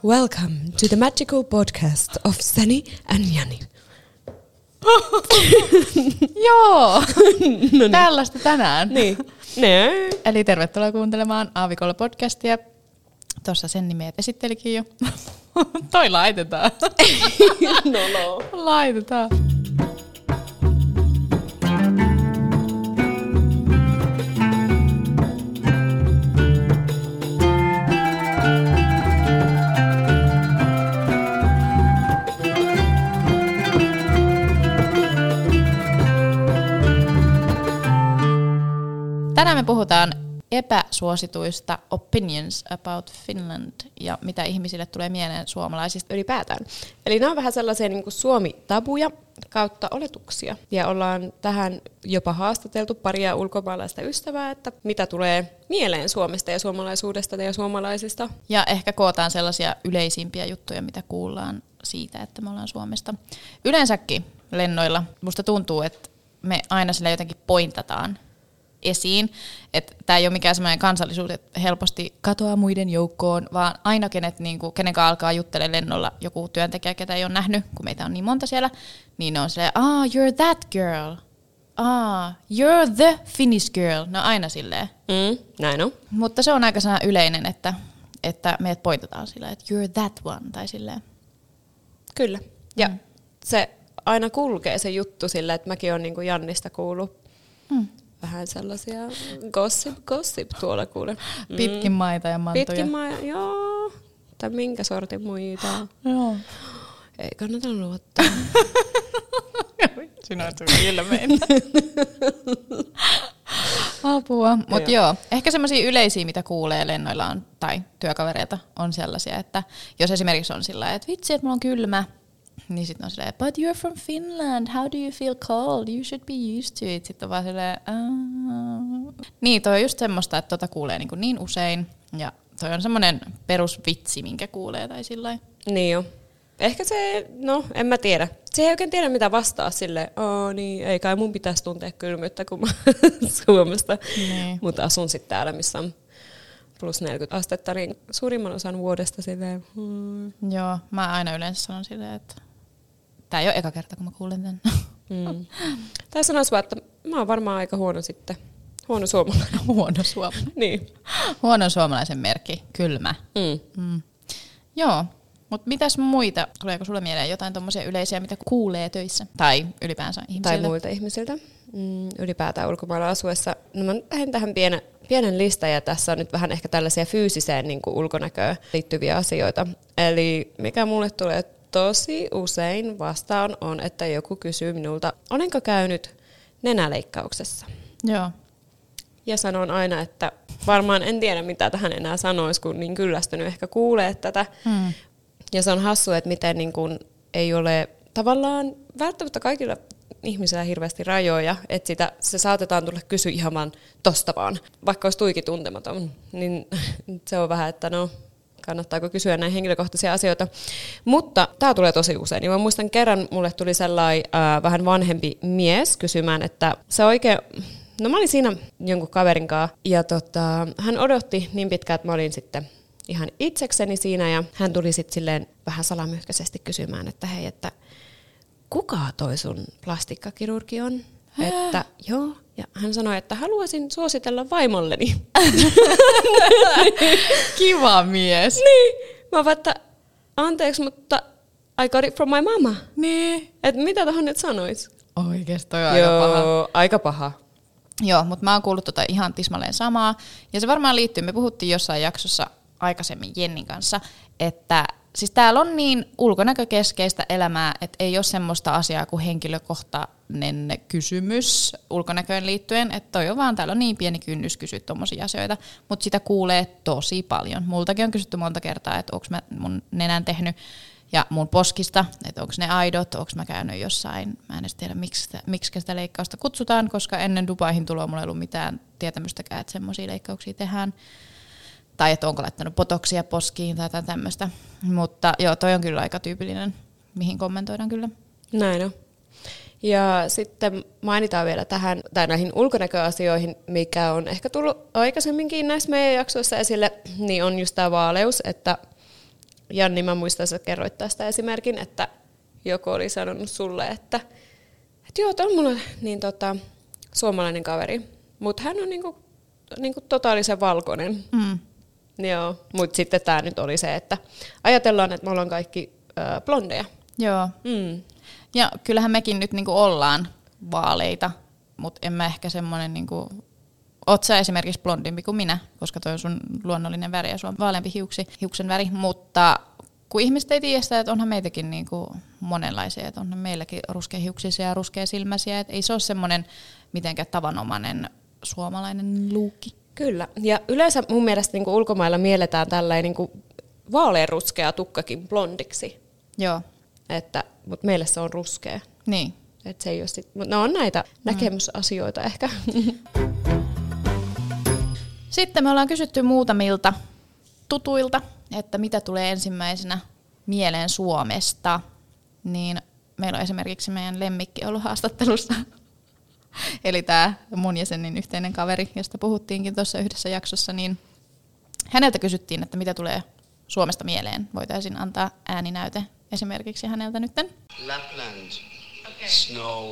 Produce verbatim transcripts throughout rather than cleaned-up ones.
Welcome to the magical podcast of Sani and Jani. Joo, no niin. Tällaista tänään. Niin. Ne. Eli tervetuloa kuuntelemaan Aavikolla-podcastia. Tuossa sen nimeä esittelikin jo. Toi laitetaan. no no. Laitetaan. Tänään me puhutaan epäsuosituista opinions about Finland ja mitä ihmisille tulee mieleen suomalaisista Ylipäätään. Eli nämä on vähän sellaisia niin kuin Suomi-tabuja kautta oletuksia. Ja ollaan tähän jopa haastateltu paria ulkomaalaista ystävää, että mitä tulee mieleen Suomesta ja suomalaisuudesta ja suomalaisista. Ja ehkä kootaan sellaisia yleisimpiä juttuja, mitä kuullaan siitä, että me ollaan Suomesta. Yleensäkin lennoilla musta tuntuu, että me aina sillä jotenkin pointataan esiin, että tämä ei ole mikään semmoinen kansallisuus, että helposti katoaa muiden joukkoon, vaan aina kenet, niin kuin, kenen kanssa alkaa juttelemaan lennolla joku työntekijä, ketä ei ole nähnyt, kun meitä on niin monta siellä, niin ne on silleen, ah, you're that girl, ah, you're the Finnish girl, ne on aina silleen. Mm, näin on. Mutta se on aika sana yleinen, että, että meidät pointataan silleen, että you're that one, tai silleen. Kyllä, ja mm. se aina kulkee se juttu silleen, että mäkin olen niin kuin Jannista kuullut. Mm. Vähän sellaisia gossip, gossip tuolla kuulen. Mm. Pitkin maita ja mantoja. Pitkin maita, joo. Tai minkä sortin muita. Joo. Ei kannata luottaa. Sinä olet ilmeinen. Apua. Mutta joo. joo, ehkä semmoisia yleisiä, mitä kuulee lennoilla on, tai työkavereilta, on sellaisia, että jos esimerkiksi on sillä että vitsi, että mulla on kylmä, niin sitten on silleen, but you're from Finland, how do you feel cold? You should be used to it. Sitten on vaan silleen, aah. Niin, toi on just semmoista, että tota kuulee niin, niin usein. Ja toi on semmoinen perusvitsi, minkä kuulee tai sillä Niin jo. Ehkä se, no en mä tiedä. Se ei oikein tiedä mitä vastaa silleen, oo niin, ei kai mun pitäisi tuntea kylmyyttä, kun mä Suomesta. Niin. Mutta asun sitten täällä, missä on plus neljäkymmentä astetta, niin suurimman osan vuodesta silleen. Hmm. Joo, mä aina yleensä sanon silleen, että tää ei ole eka kerta, kun mä kuulen tän. Mm. Tai sanois vaan, että mä oon varmaan aika huono sitten. Huono suomalainen. Huono suomalainen. niin. Huono suomalaisen merkki, kylmä. Mm. Mm. Joo, mutta mitäs muita? Tuleeko sulle mieleen jotain tommosia yleisiä, mitä kuulee töissä? Tai ylipäänsä ihmisiltä? Tai muilta ihmisiltä. Mm, ylipäätään ulkomailla asuessa. No mä lähden tähän pienen, pienen listan ja tässä on nyt vähän ehkä tällaisia fyysiseen niin kuin ulkonäköön liittyviä asioita. Eli mikä mulle tulee tosi usein vastaan on, että joku kysyy minulta, olenko käynyt nenäleikkauksessa? Joo. Ja sanon aina, että varmaan en tiedä mitä tähän enää sanoisi, kun niin kyllästynyt ehkä kuulee tätä. Hmm. Ja se on hassua, että miten niin kun ei ole tavallaan välttämättä kaikilla ihmisillä hirveästi rajoja, että sitä, se saatetaan tulla kysyä ihan vaan tosta vaan. Vaikka olisi tuikin tuntematon, niin se on vähän, että no kannattaako kysyä näin henkilökohtaisia asioita. Mutta tämä tulee tosi usein. Ja mä muistan kerran, mulle tuli sellainen äh, vähän vanhempi mies kysymään, että se oikein. No mä olin siinä jonkun kaverin kanssa ja tota, hän odotti niin pitkään, että mä olin sitten ihan itsekseni siinä ja hän tuli sitten silleen vähän salamyhkäisesti kysymään, että hei, että kuka toi sun plastikkakirurgi on? Hää? Että joo. Ja hän sanoi, että haluaisin suositella vaimolleni. Kiva mies. Niin. Mä vaan, että anteeksi, mutta I got it from my mama. Niin. Että mitä tohon nyt sanois? Oikeesti toi on joo, aika paha. aika paha. Joo, mutta mä oon kuullut tota ihan tismalleen samaa. Ja se varmaan liittyy, me puhuttiin jossain jaksossa aikaisemmin Jennin kanssa, että siis täällä on niin ulkonäkökeskeistä elämää, että ei ole semmoista asiaa kuin henkilökohtainen kysymys ulkonäköön liittyen, että toi on vaan, täällä on niin pieni kynnys kysyä tommosia asioita, mutta sitä kuulee tosi paljon. Multakin on kysytty monta kertaa, että onko mä mun nenän tehnyt ja mun poskista, että onko ne aidot, onko mä käynyt jossain, mä en edes tiedä miksi sitä, miksi sitä leikkausta kutsutaan, koska ennen Dubaihin tuloa mulla ei ollut mitään tietämystäkään, että semmoisia leikkauksia tehdään. Tai että onko laittanut botoksia poskiin tai jotain tämmöistä. Mutta joo, toi on kyllä aika tyypillinen, mihin kommentoidaan kyllä. Näin on. Ja sitten mainitaan vielä tähän, tai näihin ulkonäköasioihin, mikä on ehkä tullut aikaisemminkin näissä meidän jaksoissa esille, niin on just tämä vaaleus, että Janni, mä muistan, että kerroit tästä esimerkin, että joku oli sanonut sulle, että, että joo, on mulla niin tota, suomalainen kaveri, mutta hän on niinku, niinku totaalisen valkoinen. Mm. Joo, mutta sitten tämä nyt oli se, että ajatellaan, että me ollaan kaikki äh, blondeja. Joo. Mm. Ja kyllähän mekin nyt niinku ollaan vaaleita, mutta en mä ehkä semmoinen, niinku, oot sä esimerkiksi blondimpi kuin minä, koska toi on sun luonnollinen väri ja sulla on vaaleampi hiuksi, hiuksen väri, mutta kun ihmiset ei tiedä sitä, että onhan meitäkin niinku monenlaisia, että onhan meilläkin ruskeahiuksisia ja ruskeasilmäisiä, että ei se ole semmoinen mitenkään tavanomainen suomalainen luukki. Kyllä, ja yleensä mun mielestä niinku ulkomailla mielletään tällainen niinku vaaleanruskea tukkakin blondiksi. Joo. Että, mutta meille se on ruskea. Niin. Et se ei ole sit, mutta ne on näitä mm. näkemysasioita ehkä. Sitten me ollaan kysytty muutamilta tutuilta, että mitä tulee ensimmäisenä mieleen Suomesta. Niin meillä on esimerkiksi meidän lemmikki ollut haastattelussa. Eli tämä mun ja Sennin yhteinen kaveri, josta puhuttiinkin tuossa yhdessä jaksossa, niin häneltä kysyttiin, että mitä tulee Suomesta mieleen. Voitaisiin antaa ääninäyte esimerkiksi häneltä nytten. Lapland, okay. Snow,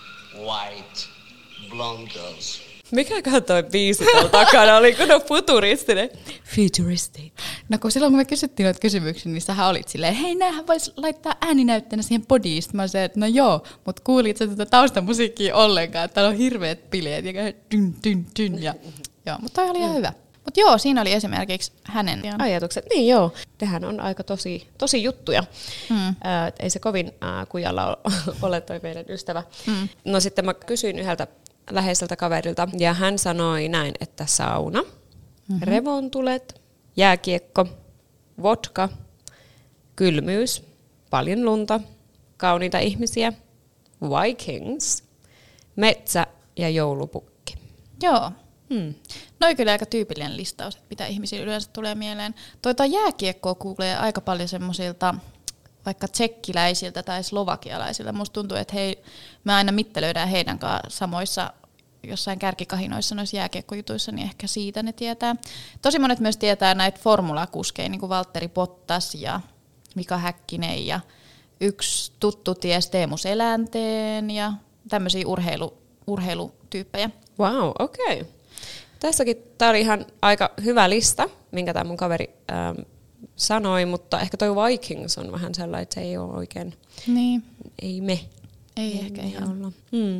white, blonde girls. Mikäköhän toi biisi tuolla takana oli, kun on futuristinen? Futuristic. No kun silloin kun me kysyttiin noita kysymyksiä, niin sähän olit silleen, hei näähän vois laittaa ääninäytteenä siihen podiin. Sitten mä sanoin, että no joo, mutta kuulit sä tätä taustamusiikkia ollenkaan, että täällä on hirveät bileet ja dyn, dyn, dyn. Ja, joo, mutta toi oli ihan hyvä. Mutta joo, siinä oli esimerkiksi hänen ajatukset. Niin joo, tehän on aika tosi, tosi juttuja. Mm. Äh, ei se kovin äh, kujalla ole toi meidän ystävä. Mm. No sitten mä kysyin yhdeltä läheiseltä kaverilta ja hän sanoi näin, että sauna, mm-hmm. revontulet, jääkiekko, vodka, kylmyys, paljon lunta, kauniita ihmisiä, Vikings, metsä ja joulupukki. Joo. Hmm. Noi kyllä aika tyypillinen listaus, että mitä ihmisille yleensä tulee mieleen. Toita jääkiekkoa kuulee aika paljon semmoisilta vaikka tsekkiläisiltä tai slovakialaisilta. Musta tuntuu, että hei, me aina mittelöidään heidän kanssa samoissa jossain kärkikahinoissa noissa jääkiekkojutuissa, niin ehkä siitä ne tietää. Tosi monet myös tietää näitä formulakuskeja, niin kuin Valtteri Bottas ja Mika Häkkinen ja yksi tuttu ties Teemu Selänteen ja tämmöisiä urheilu, urheilutyyppejä. Wow, okei. Okay. Tässäkin tämä oli ihan aika hyvä lista, minkä tämä mun kaveri ähm, sanoi, mutta ehkä toi Vikings on vähän sellainen, että se ei ole oikein, niin. ei me. Ei, ei ehkä ihan. Olla. Hmm.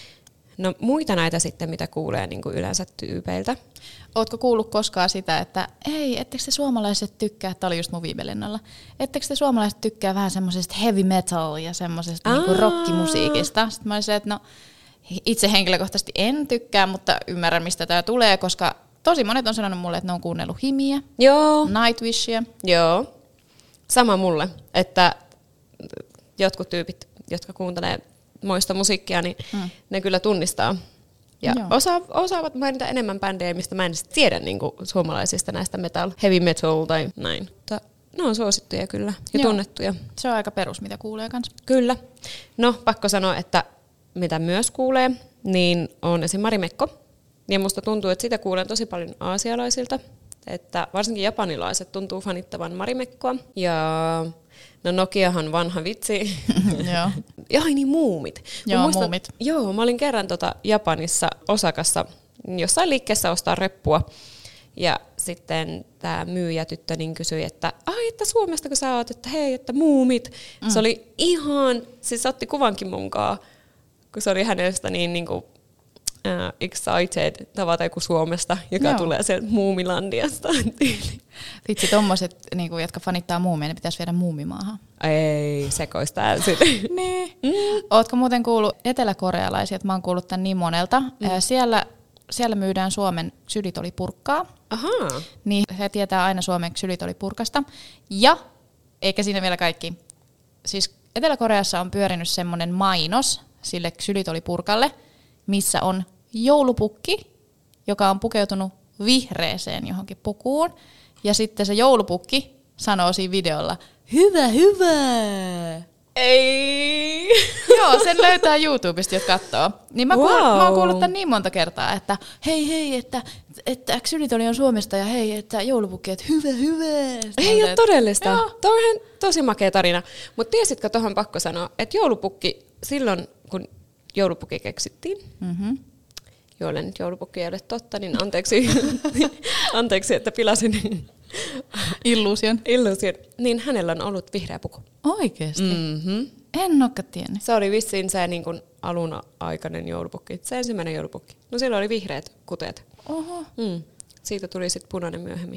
No muita näitä sitten, mitä kuulee niin kuin yleensä tyypeiltä. Ootko kuullut koskaan sitä, että ei, ettekö te suomalaiset tykkää, tämä oli just mun viime lennolla, ettekö te suomalaiset tykkää vähän semmoisesta heavy metal ja semmoisesta niinku rockimusiikista? Sitten mä olisin, että no itse henkilökohtaisesti en tykkää, mutta ymmärrän mistä tämä tulee, koska tosi monet on sanonut mulle, että ne on kuunnellut Himiä, Joo. Nightwishia. Joo, sama mulle, että jotkut tyypit, jotka kuuntelee moista musiikkia, niin mm. ne kyllä tunnistaa. Ja osa, osaavat mainita enemmän bändejä, mistä mä en tiedä niin kuin suomalaisista näistä metal, heavy metal tai näin. Mutta ne on suosittuja kyllä ja Joo. tunnettuja. Se on aika perus, mitä kuulee kanssa. Kyllä. No, pakko sanoa, että mitä myös kuulee, niin on esim. Marimekko. Ja musta tuntuu, että sitä kuulen tosi paljon aasialaisilta. Että varsinkin japanilaiset tuntuu fanittavan Marimekkoa. Ja no Nokiahan vanha vitsi. Joo. Ja niin muumit. Joo, muistan, muumit. Joo, mä olin kerran tota Japanissa Osakassa jossain liikkeessä ostaa reppua. Ja sitten tämä myyjätyttö niin kysyi, että ai, että Suomesta kun sä oot, että hei, että muumit. Mm. Se oli ihan, siis otti kuvankin munkaan, kun se oli hänestä niin, niin kuin, uh, excited tavata joku Suomesta, joka Joo. tulee sieltä Muumilandiasta. Vitsi, tommoset, niin jotka fanittaa muumia, ne pitäisi viedä muumimaahan. Ei, sekois täysin. Niin. Mm. Ootko muuten kuullut eteläkorealaisia, että mä oon kuullut tän niin monelta. Mm. Siellä, siellä myydään Suomen ksylitolipurkkaa. Ahaa. Niin he tietää aina Suomen ksylitolipurkasta. Ja, eikä siinä vielä kaikki. Siis Etelä-Koreassa on pyörinyt semmoinen mainos sille ksylitolipurkalle, missä on joulupukki, joka on pukeutunut vihreeseen johonkin pukuun. Ja sitten se joulupukki sanoo siinä videolla, hyvä, hyvä. Ei. Joo, sen löytää YouTubesta, jos katsoo. Niin mä, Wow. kuul, mä oon kuullut tän niin monta kertaa, että hei hei, että, että Xylitoli on Suomesta ja hei, että joulupukki, että hyvä, hyvä. Sitten Ei on ole se, että- todellista. Joo. Tuo on ihan tosi makea tarina. Mutta tiesitkö tuohon pakko sanoa, että joulupukki silloin, kun joulupukki keksittiin, Mm-hmm. joille nyt joulupukki ei ole totta, niin anteeksi, anteeksi että pilasin Illuusion. illuusion, niin hänellä on ollut vihreä puku. Oikeesti? Mm. Mm-hmm. En olekaan tiennyt. Se oli vissiin se niin kuin alun aikainen joulupukki, se ensimmäinen joulupukki. No silloin oli vihreät kuteet. Oho. Mm. Siitä tuli sitten punainen myöhemmin.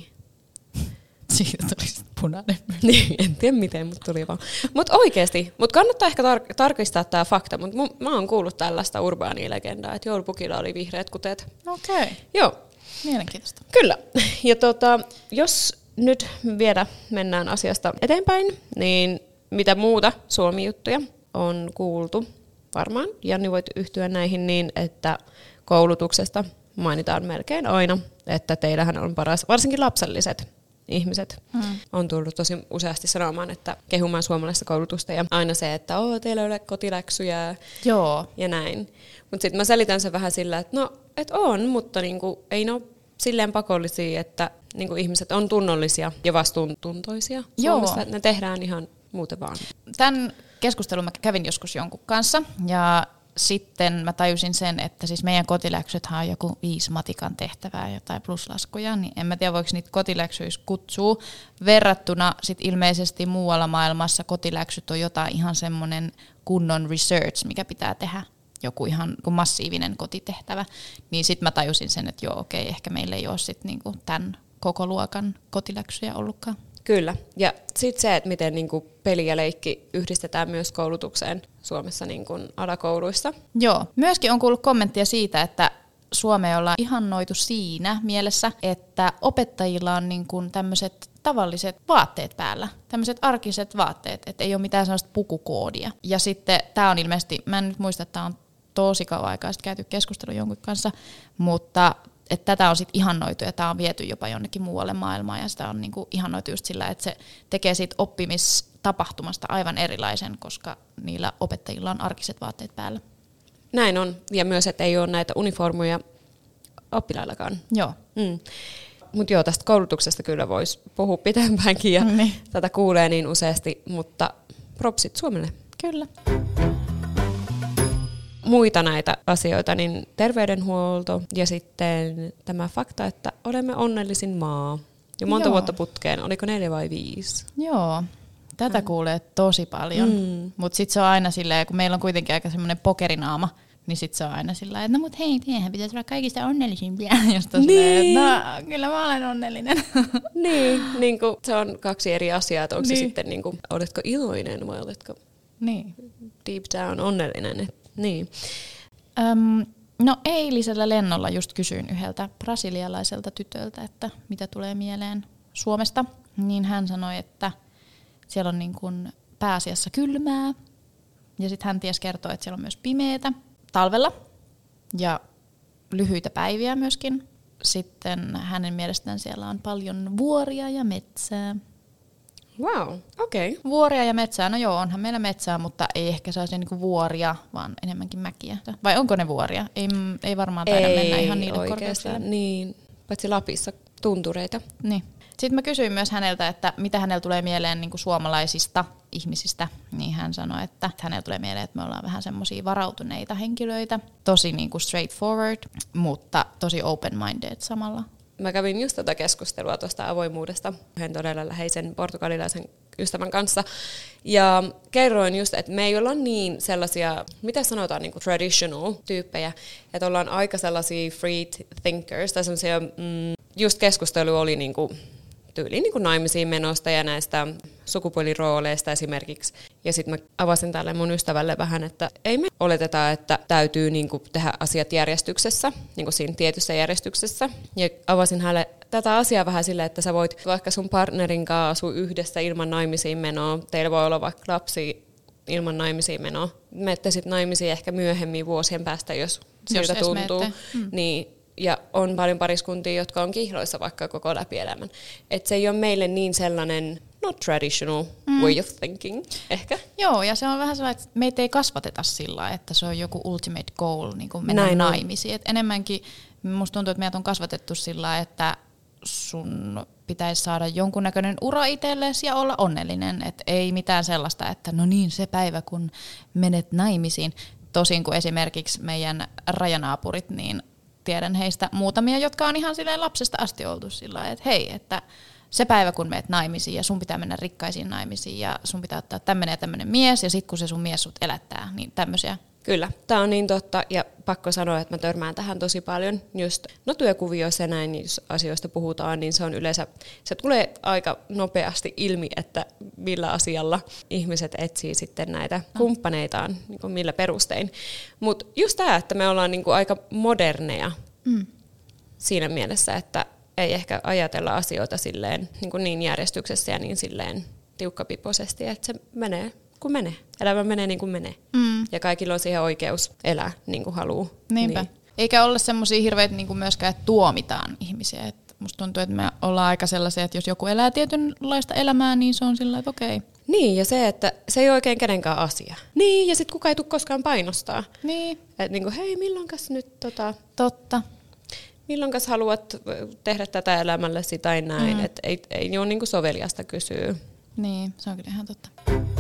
Siitä tuli sit punainen. Niin, en tiedä miten, mutta tuli vaan. Mutta oikeasti, mut kannattaa ehkä tar- tarkistaa tämä fakta, mutta mä oon kuullut tällaista urbaanilegendaa, että joulupukilla oli vihreät kuteet. Okei. Okay. Joo, Mielenkiintoista. kyllä. Ja tota, jos nyt vielä mennään asiasta eteenpäin, niin mitä muuta Suomi-juttuja on kuultu? Varmaan, Janni, voit yhtyä näihin niin, että koulutuksesta mainitaan melkein aina, että teillähän on paras, varsinkin lapselliset ihmiset mm. on tullut tosi useasti sanomaan, että kehumaan suomalaista koulutusta ja aina se, että oo, teillä ei ole kotiläksyjä Joo. ja näin. Mutta sitten mä selitän sen vähän sillä, että no, et on, mutta niinku, ei ne ole silleen pakollisia, että niinku ihmiset on tunnollisia ja vastuuntuntoisia Suomessa, että ne tehdään ihan muuten vaan. Tämän keskustelun mä kävin joskus jonkun kanssa ja sitten mä tajusin sen, että siis meidän kotiläksythän on joku viisi matikan tehtävää, jotain pluslaskuja, niin en mä tiedä voiko niitä kotiläksyiksi kutsua. Verrattuna sit ilmeisesti muualla maailmassa kotiläksyt on jotain ihan semmoinen kunnon research, mikä pitää tehdä. Joku ihan massiivinen kotitehtävä. Niin sit mä tajusin sen, että joo okei, ehkä meillä ei ole sit niinku tämän koko luokan kotiläksyjä ollutkaan. Kyllä. Ja sitten se, että miten niinku peli ja leikki yhdistetään myös koulutukseen Suomessa niinku alakouluissa. Joo. Myöskin on kuullut kommenttia siitä, että Suomea ollaan ihannoitu siinä mielessä, että opettajilla on niin kuin tämmöiset tavalliset vaatteet päällä, tämmöiset arkiset vaatteet, että ei ole mitään sellaista pukukoodia. Ja sitten tämä on ilmeisesti, mä en nyt muista, että tämä on tosi kauan aikaa sitten käyty keskustelu jonkun kanssa, mutta että tätä on sitten ihannoitu ja tämä on viety jopa jonnekin muualle maailmaan ja sitä on niinku ihannoitu just sillä, että se tekee siitä oppimistapahtumasta aivan erilaisen, koska niillä opettajilla on arkiset vaatteet päällä. Näin on. Ja myös, että ei ole näitä uniformuja oppilaillakaan. Joo. Mm. Mutta joo, tästä koulutuksesta kyllä voisi puhua pitempäänkin ja Niin. tätä kuulee niin useasti, mutta propsit Suomelle. Kyllä. Muita näitä asioita, niin terveydenhuolto ja sitten tämä fakta, että olemme onnellisin maa. Jo monta Joo. vuotta putkeen, oliko neljä vai viisi? Joo. Tätä kuulee tosi paljon, Mm. mutta sitten se on aina silleen, kun meillä on kuitenkin aika semmoinen pokerinaama, niin sitten se on aina sillä että no mut hei, tiehän pitäisi olla kaikista onnellisimpia. Josta Niin. silleen, että no kyllä mä olen onnellinen. Niin, niin kuin, se on kaksi eri asiaa, että onko Niin. se sitten, niin kuin, oletko iloinen vai oletko Niin. deep down onnellinen. Et, niin. Öm, no eilisellä lennolla just kysyin yhdeltä brasilialaiselta tytöltä, että mitä tulee mieleen Suomesta, niin hän sanoi, että siellä on niin kuin pääasiassa kylmää ja sitten hän ties kertoo, että siellä on myös pimeätä talvella ja lyhyitä päiviä myöskin. Sitten hänen mielestään siellä on paljon vuoria ja metsää. Wow, okei. Okay. Vuoria ja metsää, no joo, onhan meillä metsää, mutta ei ehkä sellaisia niinku vuoria, vaan enemmänkin mäkiä. Vai onko ne vuoria? Ei, ei varmaan taida mennä ihan niille oikeasti. korkeuksille. Niin, paitsi Lapissa tuntureita. Niin. Sitten mä kysyin myös häneltä, että mitä hänellä tulee mieleen niinku suomalaisista ihmisistä, niin hän sanoi, että hänellä tulee mieleen, että me ollaan vähän semmoisia varautuneita henkilöitä, tosi niinku straightforward, mutta tosi open-minded samalla. Mä kävin just tätä keskustelua tuosta avoimuudesta yhden todella läheisen portugalilaisen ystävän kanssa. Ja kerroin just, että me ei olla niin sellaisia, mitä sanotaan, niin kuin traditional tyyppejä, että ollaan aika sellaisia free thinkers, tai sellaisia, mm, just keskustelu oli niin kuin tyyliin niin kuin naimisiin menosta ja näistä sukupuolirooleista esimerkiksi. Ja sitten mä avasin tälle mun ystävälle vähän, että ei me oleteta, että täytyy niin kuin tehdä asiat järjestyksessä, niin kuin siinä tietyssä järjestyksessä. Ja avasin hänelle tätä asiaa vähän silleen, että sä voit vaikka sun partnerin kanssa asua yhdessä ilman naimisiin menoa. Teillä voi olla vaikka lapsi ilman naimisiin menoa. Menette sitten naimisiin ehkä myöhemmin vuosien päästä, jos siltä edes tuntuu. Mm. Niin, ja on paljon pariskuntia, jotka on kihloissa vaikka koko läpi elämän. Et se ei ole meille niin sellainen not traditional mm. way of thinking, ehkä. Joo, ja se on vähän sellainen, että meitä ei kasvateta sillä, että se on joku ultimate goal, niin kuin mennä Näin naimisiin. Et enemmänkin musta tuntuu, että meitä on kasvatettu sillä, että sun pitäisi saada jonkunnäköinen ura itsellesi ja olla onnellinen. Et ei mitään sellaista, että no niin, se päivä kun menet naimisiin. Tosin kuin esimerkiksi meidän rajanaapurit, niin tiedän heistä muutamia, jotka on ihan silleen lapsesta asti oltu sillä, että hei, että se päivä kun meet naimisiin ja sun pitää mennä rikkaisiin naimisiin ja sun pitää ottaa tämmöinen ja tämmöinen mies ja sit kun se sun mies sut elättää, niin tämmöisiä. Kyllä, tämä on niin totta ja pakko sanoa, että mä törmään tähän tosi paljon. Just, no työkuvioissa ja näin, jos asioista puhutaan, niin se on yleensä, se tulee aika nopeasti ilmi, että millä asialla ihmiset etsii sitten näitä kumppaneitaan, niin kuin millä perustein. Mutta just tämä, että me ollaan niin kuin aika moderneja mm. siinä mielessä, että ei ehkä ajatella asioita silleen niin, kuin niin järjestyksessä ja niin silleen tiukkapipoisesti, että se menee kun menee. Elämä menee niin kuin menee. Mm. Ja kaikilla on siihen oikeus elää niin kuin haluaa. Niinpä. Niin. Eikä olla semmoisia hirveitä niin kuin myöskään, että tuomitaan ihmisiä. Et musta tuntuu, että me ollaan aika sellaisia, että jos joku elää tietynlaista elämää, niin se on sillä, että okei. Niin, ja se, että se ei ole oikein kenenkään asia. Niin, ja sitten kukaan ei tule koskaan painostaa. Niin. Että niin kuin, hei, milloinkas nyt tota... Totta. Milloinkas haluat tehdä tätä elämällesi tai näin. Mm. Että ei, ei ole niin kuin soveliasta kysyä. Niin, se on kyllä ihan totta.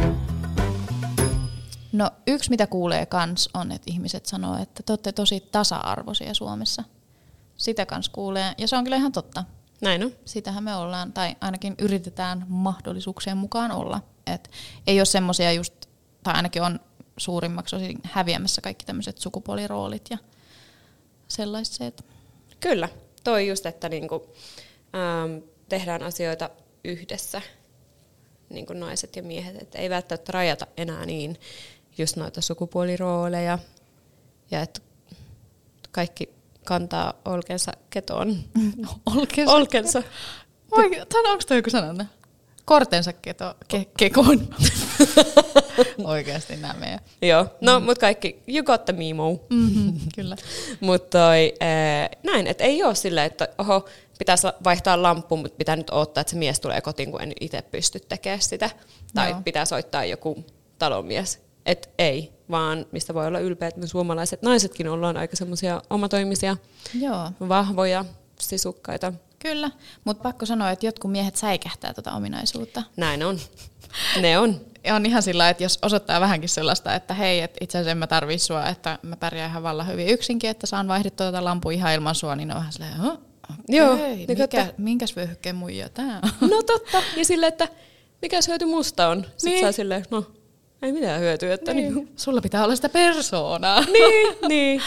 No yksi mitä kuulee kans on, että ihmiset sanoo, että te olette tosi tasa-arvoisia Suomessa. Sitä kans kuulee, ja se on kyllä ihan totta. Näin on. Sitähän me ollaan, tai ainakin yritetään mahdollisuuksien mukaan olla. Et ei ole semmoisia just, tai ainakin on suurimmaksi osin häviämässä kaikki tämmöiset sukupuoliroolit ja sellaiset. Kyllä, toi just, että niinku, ähm, tehdään asioita yhdessä, niin kuin naiset ja miehet, että ei välttämättä rajata enää niin just noita sukupuolirooleja ja että kaikki kantaa olkensa ketoon. Olkensa? Olkensa. Onko toi joku sanonta? Kortensa keto, ke, kekoon. Oikeasti nämä meidän. Joo, no mm. mut kaikki, you got the memo. Mm-hmm, kyllä. Mut toi, äh, näin, että ei ole silleen, että oho, pitäisi vaihtaa lamppu, mutta pitää nyt odottaa, että se mies tulee kotiin, kun en itse pysty tekemään sitä. Tai Joo. pitää soittaa joku talonmies. Et ei, vaan mistä voi olla ylpeä, että me suomalaiset naisetkin ollaan aika semmoisia omatoimisia, Joo. vahvoja, sisukkaita. Kyllä, mutta pakko sanoa, että jotkut miehet säikähtää tuota ominaisuutta. Näin on. Ne on. On ihan sillä, että jos osoittaa vähänkin sellaista, että hei, et itse asiassa en mä tarvii sua, että mä pärjään ihan vallan hyvin yksinkin, että saan vaihdettua tätä lampua ihan ilman sua, niin on vähän silleen, huh? Okay, Joo, mikä, että... minkäs vyöhykkeen muija tää on? No totta, ja silleen, että mikäs hyöty musta on? Sitten niin. Saa silleen, no ei mitään hyötyä. Että niin. Niin. Sulla pitää olla sitä persoonaa. Niin, niin.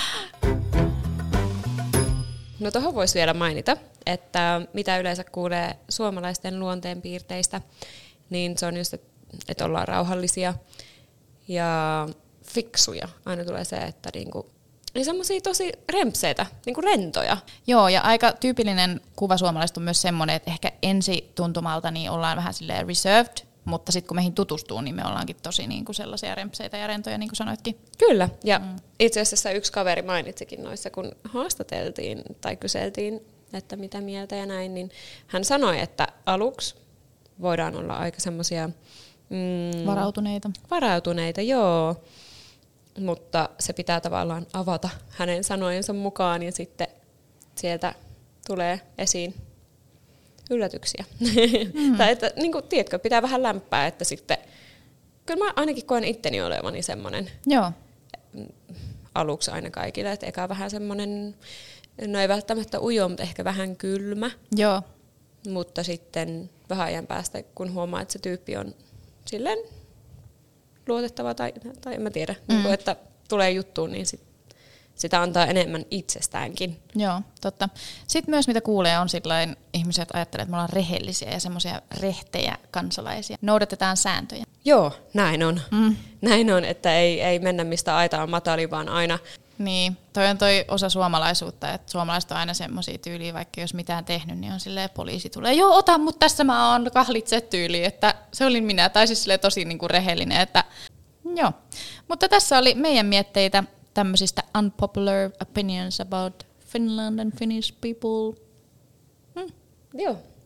No tuohon voisi vielä mainita, että mitä yleensä kuulee suomalaisten luonteenpiirteistä, niin se on just, että ollaan rauhallisia ja fiksuja. Aina tulee se, että niinku, niin semmoisia tosi rempseitä, niinku rentoja. Joo, ja aika tyypillinen kuva suomalaista on myös semmoinen, että ehkä ensi tuntumalta niin ollaan vähän silleen reserved, mutta sitten kun meihin tutustuu, niin me ollaankin tosi niinku sellaisia rempseitä ja rentoja, niin kuin sanoitkin. Kyllä, ja mm. itse asiassa yksi kaveri mainitsikin noissa, kun haastateltiin tai kyseltiin, että mitä mieltä ja näin, niin hän sanoi, että aluksi voidaan olla aika semmoisia... Mm, varautuneita. Varautuneita, joo. Mutta se pitää tavallaan avata hänen sanojensa mukaan ja sitten sieltä tulee esiin yllätyksiä. Mm. tai että, niin kuin, tiedätkö, pitää vähän lämpää, että sitten... Kyllä mä ainakin koen itteni olevani semmoinen. Joo. Aluksi aina kaikille, että eka vähän semmoinen, no ei välttämättä ujo, mutta ehkä vähän kylmä. Joo. Mutta sitten vähän ajan päästä, kun huomaa, että se tyyppi on silleen luotettava tai, tai en mä tiedä, mm. niin kuin, että tulee juttuun, niin sit, sitä antaa enemmän itsestäänkin. Joo, totta. Sitten myös mitä kuulee on sillain, ihmiset ajattelevat, että me ollaan rehellisiä ja semmoisia rehtejä kansalaisia. Noudatetaan sääntöjä. Joo, näin on. Mm. Näin on, että ei, ei mennä mistä aita on matali, vaan aina... Niin, toi on toi osa suomalaisuutta, että suomalaiset on aina semmoisia tyyliä, vaikka jos mitään tehnyt, niin on silleen poliisi tulee, joo ota mut tässä mä oon kahlitse tyyli, että se olin minä, tai siis silleen tosi niinku rehellinen, että joo. Mutta tässä oli meidän mietteitä tämmöisistä unpopular opinions about Finland and Finnish people. Hmm. Joo.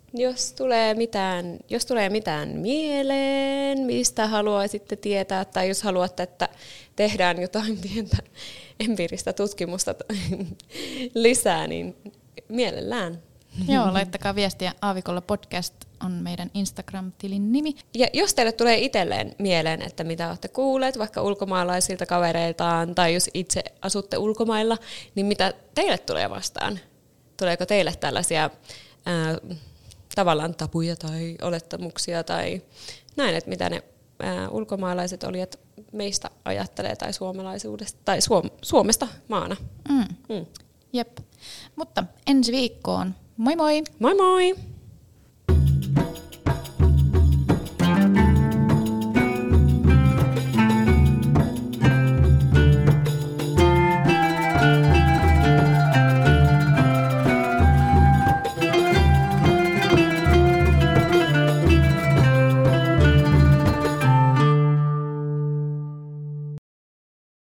Jos tulee mitään, jos tulee mitään mieleen, mistä haluaisitte tietää, tai jos haluatte, että tehdään jotain pientä empiiristä tutkimusta lisää, niin mielellään. Joo, laittakaa viestiä. Aavikolla podcast on meidän Instagram-tilin nimi. Ja jos teille tulee itselleen mieleen, että mitä olette kuulleet, vaikka ulkomaalaisilta kavereiltaan, tai jos itse asutte ulkomailla, niin mitä teille tulee vastaan? Tuleeko teille tällaisia ää, tavallaan tabuja tai olettamuksia tai näin, että mitä ne ää, ulkomaalaiset olijat meistä ajattelee tai suomalaisuudesta tai Suom- Suomesta maana? Mm. Mm. Jep. Mutta ensi viikkoon. Moi moi! Moi moi!